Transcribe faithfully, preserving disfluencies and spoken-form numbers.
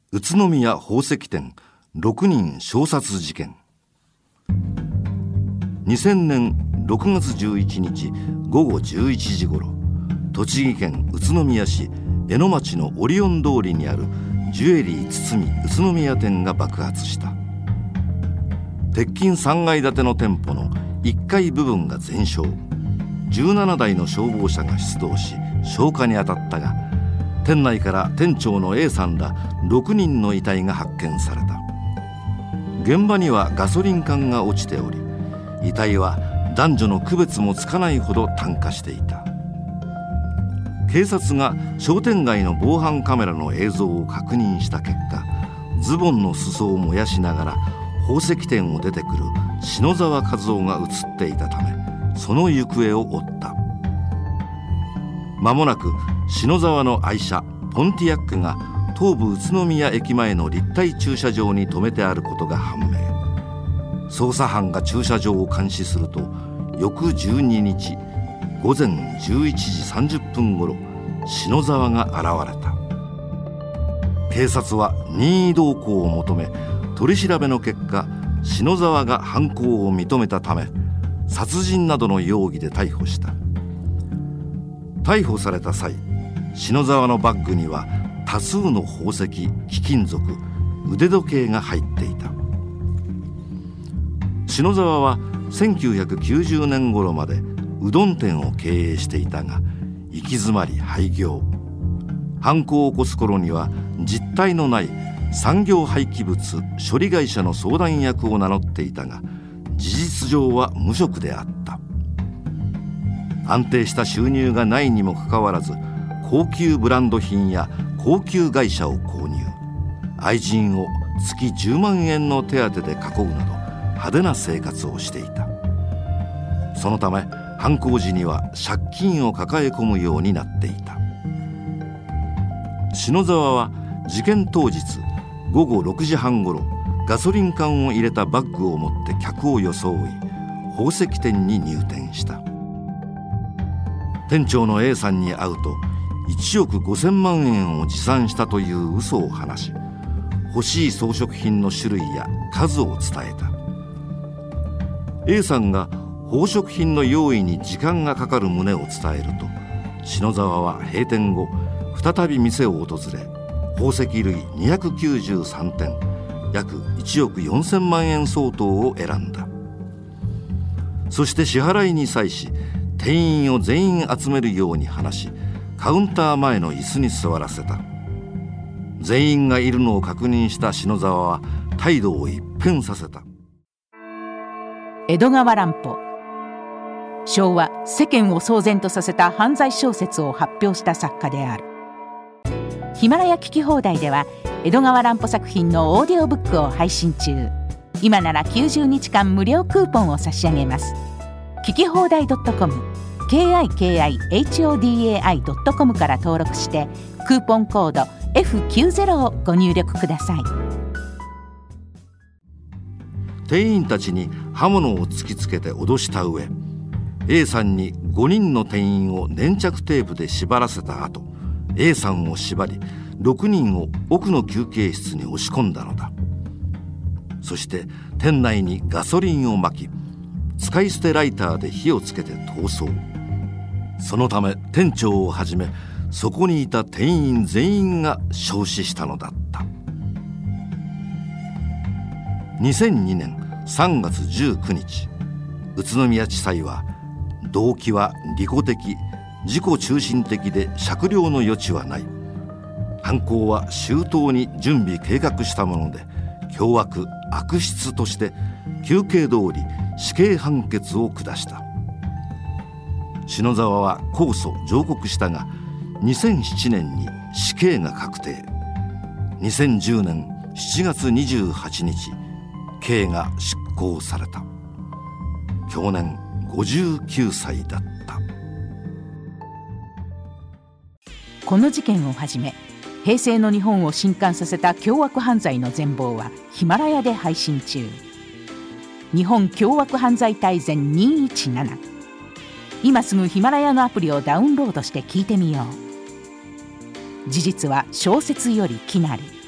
宇都宮宝石店ろくにん焼殺事件。にせんねんろくがつじゅういちにちごごじゅういちじごろ、栃木県宇都宮市江ノ町のオリオン通りにあるジュエリー堤宇都宮店が爆発した。鉄筋さんがい建ての店舗のいっかい部分が全焼。じゅうななだいの消防車が出動し消火に当たったが、店内から店長の A さんらろくにんの遺体が発見された。現場にはガソリン缶が落ちており、遺体は男女の区別もつかないほど炭化していた。警察が商店街の防犯カメラの映像を確認した結果、ズボンの裾を燃やしながら宝石店を出てくる篠沢和夫が映っていたため、その行方を追った。間もなく篠沢の愛車ポンティアックが東武宇都宮駅前の立体駐車場に停めてあることが判明。捜査班が駐車場を監視すると、翌じゅうににちごぜんじゅういちじさんじゅっぷんごろ、篠沢が現れた。警察は任意同行を求め、取り調べの結果、篠沢が犯行を認めたため、殺人などの容疑で逮捕した。逮捕された際、篠沢のバッグには多数の宝石、貴金属、腕時計が入っていた。篠沢はせんきゅうひゃくきゅうじゅうねん頃までうどん店を経営していたが、行き詰まり廃業。犯行を起こす頃には実態のない産業廃棄物処理会社の相談役を名乗っていたが、事実上は無職であった。安定した収入がないにもかかわらず、高級ブランド品や高級外車を購入。愛人を月じゅうまんえんの手当で囲うなど派手な生活をしていた。そのため犯行時には借金を抱え込むようになっていた。篠沢は事件当日ごごろくじはんごろ、ガソリン缶を入れたバッグを持って客を装い、宝石店に入店した。店長の A さんに会うと、いちおくごせんまんえんを持参したという嘘を話し、欲しい装飾品の種類や数を伝えた。 A さんが宝飾品の用意に時間がかかる旨を伝えると、篠沢は閉店後再び店を訪れ、宝石類にひゃくきゅうじゅうさんてん、約いちおくよんせんまんえん相当を選んだ。そして支払いに際し、店員を全員集めるように話し、カウンター前の椅子に座らせた。全員がいるのを確認した篠沢は態度を一変させた。 江戸川乱歩。昭和、世間を騒然とさせた犯罪小説を発表した作家である。ヒマラヤ聞き放題では江戸川乱歩作品のオーディオブックを配信中。今ならきゅうじゅうにちかん無料クーポンを差し上げます。聞き放題 .com、 ケーアイケーアイエイチオーディーエーアイ ドットコム から登録してクーポンコード エフきゅうじゅう をご入力ください。 店員たちに刃物を突きつけて脅した上、 A さんにごにんの店員を粘着テープで縛らせた後、 A さんを縛りろくにんを奥の休憩室に押し込んだのだ。そして店内にガソリンをまき、使い捨てライターで火をつけて逃走。そのため店長をはじめそこにいた店員全員が焼死したのだった。にせんにねんさんがつじゅうくにち、宇都宮地裁は動機は利己的、自己中心的で酌量の余地はない、犯行は周到に準備計画したもので凶悪悪質として求刑通り死刑判決を下した。篠沢は控訴上告したが、にせんななねんに死刑が確定。にせんじゅうねんしちがつにじゅうはちにち、刑が執行された。享年ごじゅうきゅうさいだった。 この事件をはじめ、平成の日本を震撼させた凶悪犯罪の全貌はヒマラヤで配信中。日本凶悪犯罪大全にいちなな。今すぐヒマラヤのアプリをダウンロードして聞いてみよう。事実は小説より奇なり。